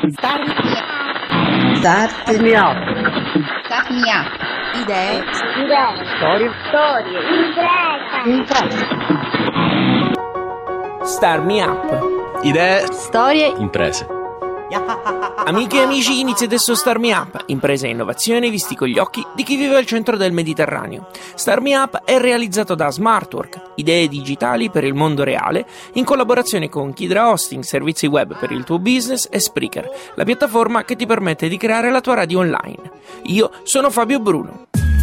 Start me up. Idee. Storie. Impresa. Start me up. Idee. Storie. Imprese. Amiche e amici, inizia adesso Start Me Up, impresa e innovazione visti con gli occhi di chi vive al centro del Mediterraneo. Start Me Up è realizzato da Smartwork, idee digitali per il mondo reale, in collaborazione con Kidra Hosting, servizi web per il tuo business, e Spreaker, la piattaforma che ti permette di creare la tua radio online. Io sono Fabio Bruno.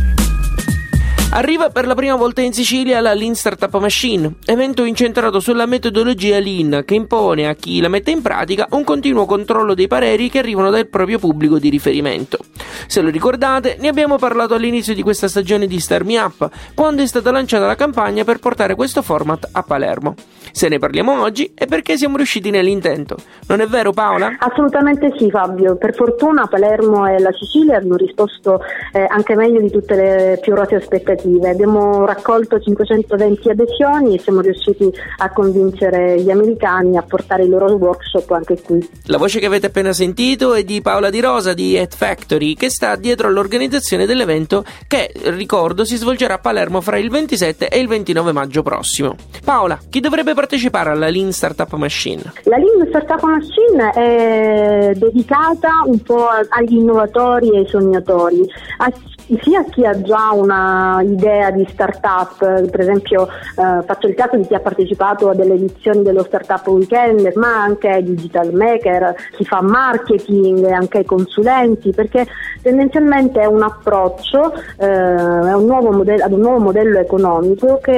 Arriva per la prima volta in Sicilia la Lean Startup Machine, evento incentrato sulla metodologia Lean che impone a chi la mette in pratica un continuo controllo dei pareri che arrivano dal proprio pubblico di riferimento. Se lo ricordate, ne abbiamo parlato all'inizio di questa stagione di Start Me Up, quando è stata lanciata la campagna per portare questo format a Palermo. Se ne parliamo oggi è perché siamo riusciti nell'intento. Non è vero, Paola? Assolutamente sì, Fabio. Per fortuna Palermo e la Sicilia hanno risposto anche meglio di tutte le più rosee aspettative. Abbiamo raccolto 520 adesioni e siamo riusciti a convincere gli americani a portare i loro workshop anche qui. La voce che avete appena sentito è di Paola Di Rosa di Head Factory, che sta dietro all'organizzazione dell'evento che, ricordo, si svolgerà a Palermo fra il 27 e il 29 maggio prossimo. Paola, chi dovrebbe partecipare alla Lean Startup Machine? La Lean Startup Machine è dedicata un po' agli innovatori e ai sognatori, sia a chi ha già una idea di startup. Per esempio faccio il caso di chi ha partecipato a delle edizioni dello Startup Weekend, ma anche ai digital maker, chi fa marketing, anche ai consulenti, perché tendenzialmente è un approccio è un nuovo modello, ad un nuovo modello economico che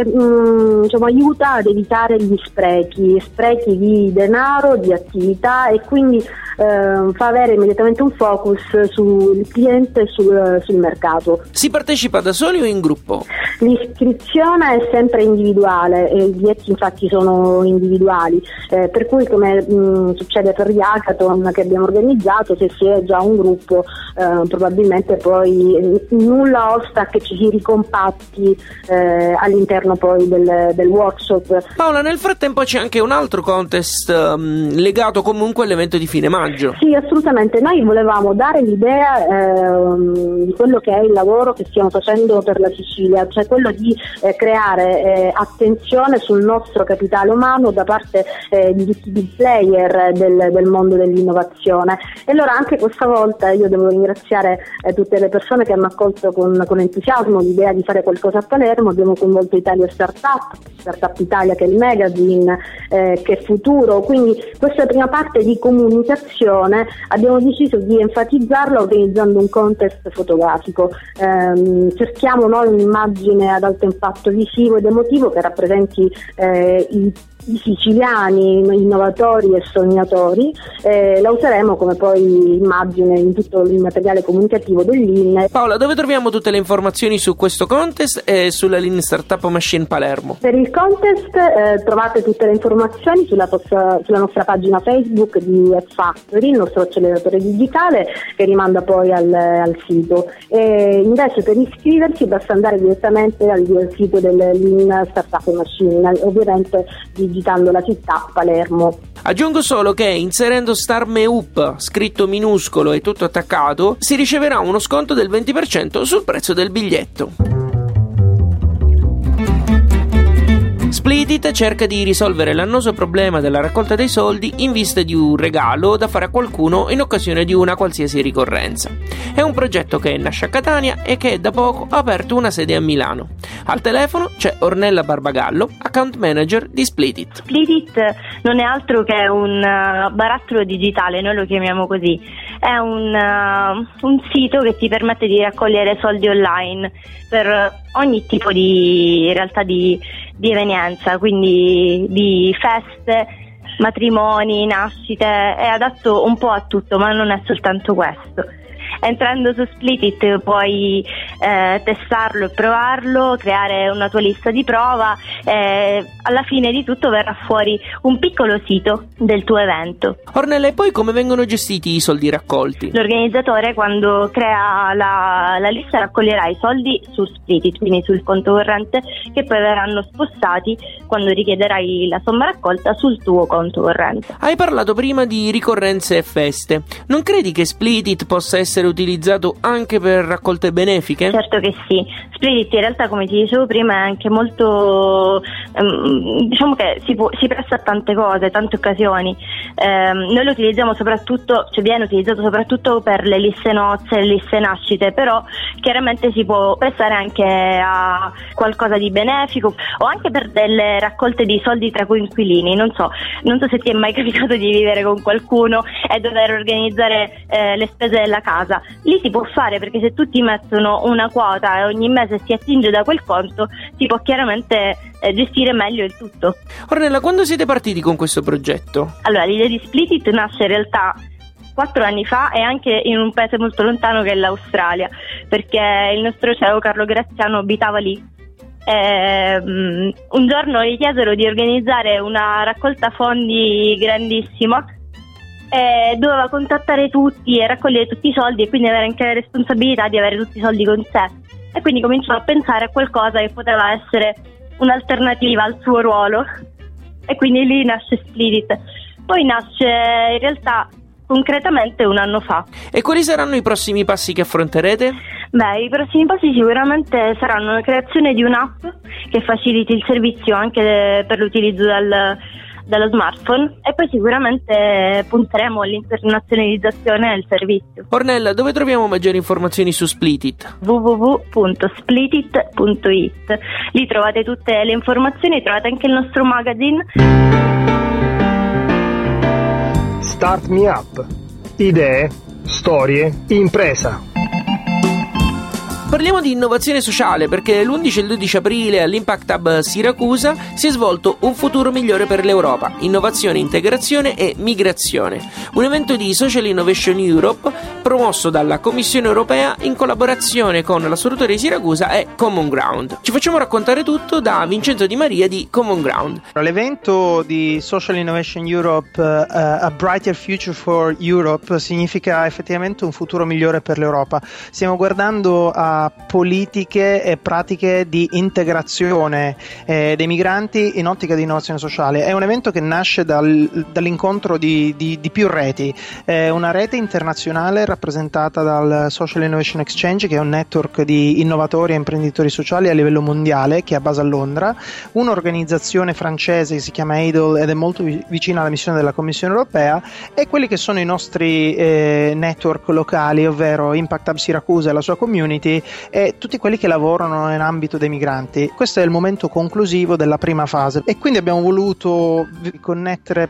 aiuta ad evitare gli sprechi di denaro, di attività, e quindi fa avere immediatamente un focus sul cliente e sul mercato. Si partecipa da soli o in gruppo? L'iscrizione è sempre individuale e i biglietti infatti sono individuali, per cui come succede per gli hackathon che abbiamo organizzato, se si è già un gruppo probabilmente poi nulla osta che ci si ricompatti all'interno poi del workshop. Paola, nel frattempo c'è anche un altro contest legato comunque all'evento di fine maggio. Sì, assolutamente. Noi volevamo dare l'idea di quello che è il lavoro che stiamo facendo per la Sicilia, cioè quello di creare attenzione sul nostro capitale umano da parte di tutti i player del mondo dell'innovazione. E allora anche questa volta io devo ringraziare tutte le persone che hanno accolto con entusiasmo l'idea di fare qualcosa a Palermo. Abbiamo coinvolto Italia Startup Italia, che è il magazine, che è Futuro, quindi questa prima parte di comunicazione abbiamo deciso di enfatizzarla organizzando un contest fotografico. Cerchiamo noi un'immagine ad alto impatto visivo ed emotivo che rappresenti i siciliani innovatori e sognatori. La useremo come poi immagine in tutto il materiale comunicativo dell'IN. Paola, dove troviamo tutte le informazioni su questo contest e sulla Lean Startup Machine Palermo? Per il contest trovate tutte le informazioni sulla nostra pagina Facebook di Head Factory, il nostro acceleratore digitale, che rimanda poi al sito. E invece per iscriversi basta andare direttamente al sito del Lean Startup Machine, ovviamente digitando la città Palermo. Aggiungo solo che inserendo Start Me Up scritto minuscolo e tutto attaccato si riceverà uno sconto del 20% sul prezzo del biglietto. Splitit cerca di risolvere l'annoso problema della raccolta dei soldi in vista di un regalo da fare a qualcuno in occasione di una qualsiasi ricorrenza. È un progetto che nasce a Catania e che da poco ha aperto una sede a Milano. Al telefono c'è Ornella Barbagallo, account manager di Splitit. Splitit non è altro che un barattolo digitale, noi lo chiamiamo così. È un sito che ti permette di raccogliere soldi online per ogni tipo di in realtà di evenienza, quindi di feste, matrimoni, nascite, è adatto un po' a tutto, ma non è soltanto questo. entrando su Splitit puoi testarlo e provarlo, creare una tua lista di prova, alla fine di tutto verrà fuori un piccolo sito del tuo evento. Ornella, e poi come vengono gestiti i soldi raccolti? L'organizzatore, quando crea la lista, raccoglierà i soldi su Splitit, quindi sul conto corrente, che poi verranno spostati quando richiederai la somma raccolta sul tuo conto corrente. Hai parlato prima di ricorrenze e feste. Non credi che Splitit possa essere utilizzato anche per raccolte benefiche? Certo che sì. Splitit in realtà, come ti dicevo prima, è anche molto diciamo che si presta a tante cose, tante occasioni. Noi lo utilizziamo soprattutto, cioè viene utilizzato soprattutto per le liste nozze, le liste nascite, però chiaramente si può prestare anche a qualcosa di benefico o anche per delle raccolte di soldi tra coinquilini. Non so se ti è mai capitato di vivere con qualcuno e dover organizzare le spese della casa. Lì si può fare, perché se tutti mettono una quota e ogni mese si attinge da quel conto, si può chiaramente gestire meglio il tutto. Ornella, quando siete partiti con questo progetto? Allora, l'idea di Splitit nasce in realtà 4 anni fa e anche in un paese molto lontano che è l'Australia, perché il nostro CEO Carlo Graziano abitava lì. Un giorno gli chiesero di organizzare una raccolta fondi grandissima. Doveva contattare tutti e raccogliere tutti i soldi, e quindi avere anche la responsabilità di avere tutti i soldi con sé, e quindi cominciò a pensare a qualcosa che poteva essere un'alternativa al suo ruolo, e quindi lì nasce Splitit. Poi nasce in realtà concretamente un anno fa. E quali saranno i prossimi passi che affronterete? Beh, i prossimi passi sicuramente saranno la creazione di un'app che faciliti il servizio anche per l'utilizzo dallo smartphone, e poi sicuramente punteremo all'internazionalizzazione del servizio. Ornella, dove troviamo maggiori informazioni su Splitit? www.splitit.it. Lì trovate tutte le informazioni, trovate anche il nostro magazine. Start Me Up. Idee, storie, impresa. Parliamo di innovazione sociale, perché l'11 e il 12 aprile all'Impact Hub Siracusa si è svolto Un futuro migliore per l'Europa, innovazione, integrazione e migrazione, un evento di Social Innovation Europe promosso dalla Commissione Europea in collaborazione con l'Assolutoria di Siracusa e Common Ground. Ci facciamo raccontare tutto da Vincenzo Di Maria di Common Ground. L'evento di Social Innovation Europe, A Brighter Future for Europe, significa effettivamente un futuro migliore per l'Europa. Stiamo guardando a politiche e pratiche di integrazione dei migranti in ottica di innovazione sociale. È un evento che nasce dall'incontro di più reti, una rete internazionale rappresentata dal Social Innovation Exchange, che è un network di innovatori e imprenditori sociali a livello mondiale che è a base a Londra, un'organizzazione francese che si chiama AIDL ed è molto vicina alla missione della Commissione Europea, e quelli che sono i nostri network locali, ovvero Impact Hub Siracusa e la sua community, e tutti quelli che lavorano nell'ambito dei migranti. Questo è il momento conclusivo della prima fase, e quindi abbiamo voluto connettere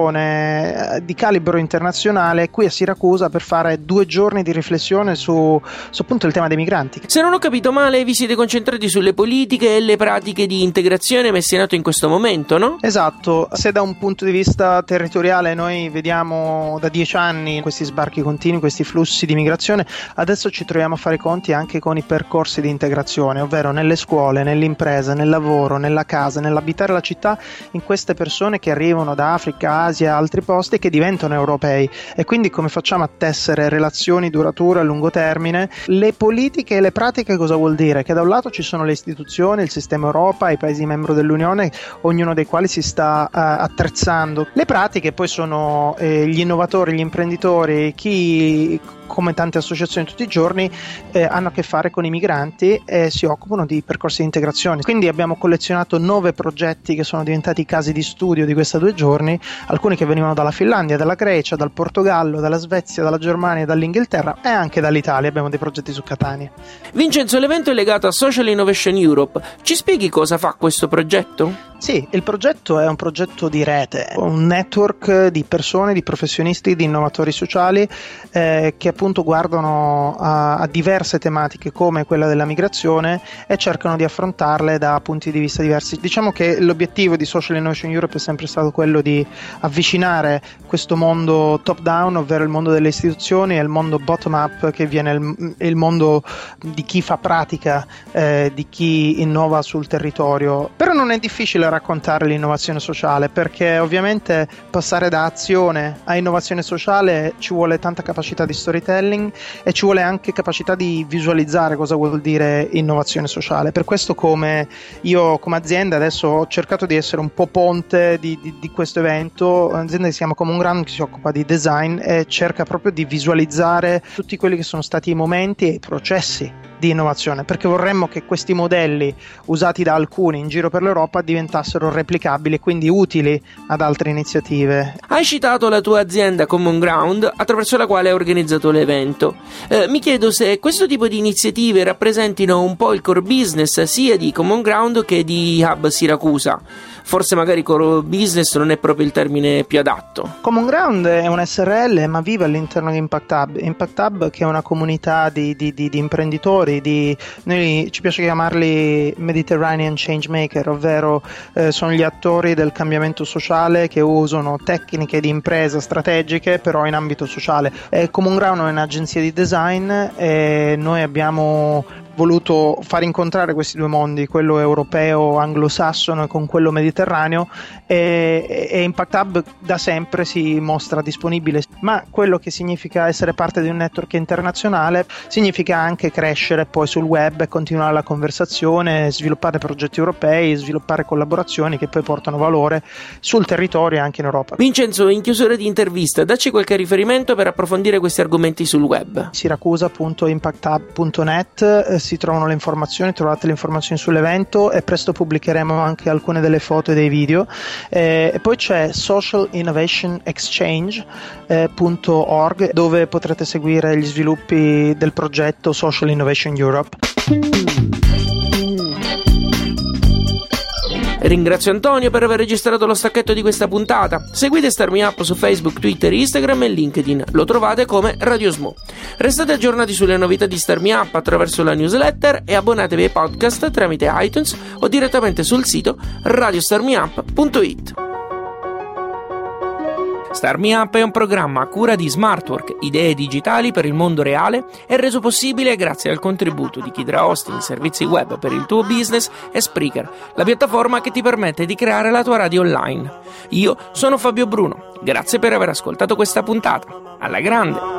persone di calibro internazionale qui a Siracusa per fare 2 giorni di riflessione su appunto il tema dei migranti. Se non ho capito male, vi siete concentrati sulle politiche e le pratiche di integrazione messe in atto in questo momento, no? Esatto, se da un punto di vista territoriale noi vediamo da 10 anni questi sbarchi continui, questi flussi di migrazione, adesso ci troviamo a fare i conti anche con i percorsi di integrazione, ovvero nelle scuole, nell'impresa, nel lavoro, nella casa, nell'abitare la città, in queste persone che arrivano da Africa, Asia, altri posti e che diventano europei. E quindi come facciamo a tessere relazioni durature a lungo termine? Le politiche e le pratiche cosa vuol dire? Che da un lato ci sono le istituzioni, il sistema Europa, i paesi membri dell'Unione, ognuno dei quali si sta attrezzando. Le pratiche poi sono gli innovatori, gli imprenditori, chi come tante associazioni tutti i giorni hanno a che fare con i migranti e si occupano di percorsi di integrazione. Quindi abbiamo collezionato 9 progetti che sono diventati casi di studio di questi 2 giorni, alcuni che venivano dalla Finlandia, dalla Grecia, dal Portogallo, dalla Svezia, dalla Germania, dall'Inghilterra e anche dall'Italia. Abbiamo dei progetti su Catania. Vincenzo, l'evento è legato a Social Innovation Europe. Ci spieghi cosa fa questo progetto? Sì, il progetto è un progetto di rete, un network di persone, di professionisti, di innovatori sociali che appunto guardano a diverse tematiche come quella della migrazione e cercano di affrontarle da punti di vista diversi. Diciamo che l'obiettivo di Social Innovation Europe è sempre stato quello di avvicinare questo mondo top down, ovvero il mondo delle istituzioni, e il mondo bottom up, che viene il mondo di chi fa pratica, di chi innova sul territorio. Però non è difficile raccontare l'innovazione sociale, perché ovviamente passare da azione a innovazione sociale ci vuole tanta capacità di storytelling e ci vuole anche capacità di visualizzare cosa vuol dire innovazione sociale. Per questo io come azienda adesso ho cercato di essere un po' ponte di questo evento. Un'azienda che si chiama Common Ground, che si occupa di design e cerca proprio di visualizzare tutti quelli che sono stati i momenti e i processi di innovazione, perché vorremmo che questi modelli usati da alcuni in giro per l'Europa diventassero replicabili e quindi utili ad altre iniziative. Hai citato la tua azienda Common Ground, attraverso la quale hai organizzato l'evento. Mi chiedo se questo tipo di iniziative rappresentino un po' il core business sia di Common Ground che di Hub Siracusa. Forse magari core business non è proprio il termine più adatto. Common Ground è un SRL ma vive all'interno di Impact Hub. Impact Hub, che è una comunità di imprenditori, noi ci piace chiamarli Mediterranean Changemaker, ovvero sono gli attori del cambiamento sociale che usano tecniche di impresa strategiche però in ambito sociale. Common Ground è un'agenzia di design e noi abbiamo voluto far incontrare questi due mondi, quello europeo anglosassone con quello mediterraneo, e Impact Hub da sempre si mostra disponibile, ma quello che significa essere parte di un network internazionale significa anche crescere poi sul web e continuare la conversazione, sviluppare progetti europei, sviluppare collaborazioni che poi portano valore sul territorio e anche in Europa. Vincenzo, in chiusura di intervista, dacci qualche riferimento per approfondire questi argomenti sul web. Siracusa.impacthub.net si trovano le informazioni, trovate le informazioni sull'evento e presto pubblicheremo anche alcune delle foto e dei video. E poi c'è socialinnovationexchange.org dove potrete seguire gli sviluppi del progetto Social Innovation Europe. Ringrazio Antonio per aver registrato lo stacchetto di questa puntata. Seguite Start Me Up su Facebook, Twitter, Instagram e LinkedIn. Lo trovate come Radio Smo. Restate aggiornati sulle novità di Start Me Up attraverso la newsletter e abbonatevi ai podcast tramite iTunes o direttamente sul sito radiostarmeup.it. Start Me Up è un programma a cura di Smartwork, idee digitali per il mondo reale, e reso possibile grazie al contributo di Kidra Hosting, servizi web per il tuo business, e Spreaker, la piattaforma che ti permette di creare la tua radio online. Io sono Fabio Bruno, grazie per aver ascoltato questa puntata. Alla grande!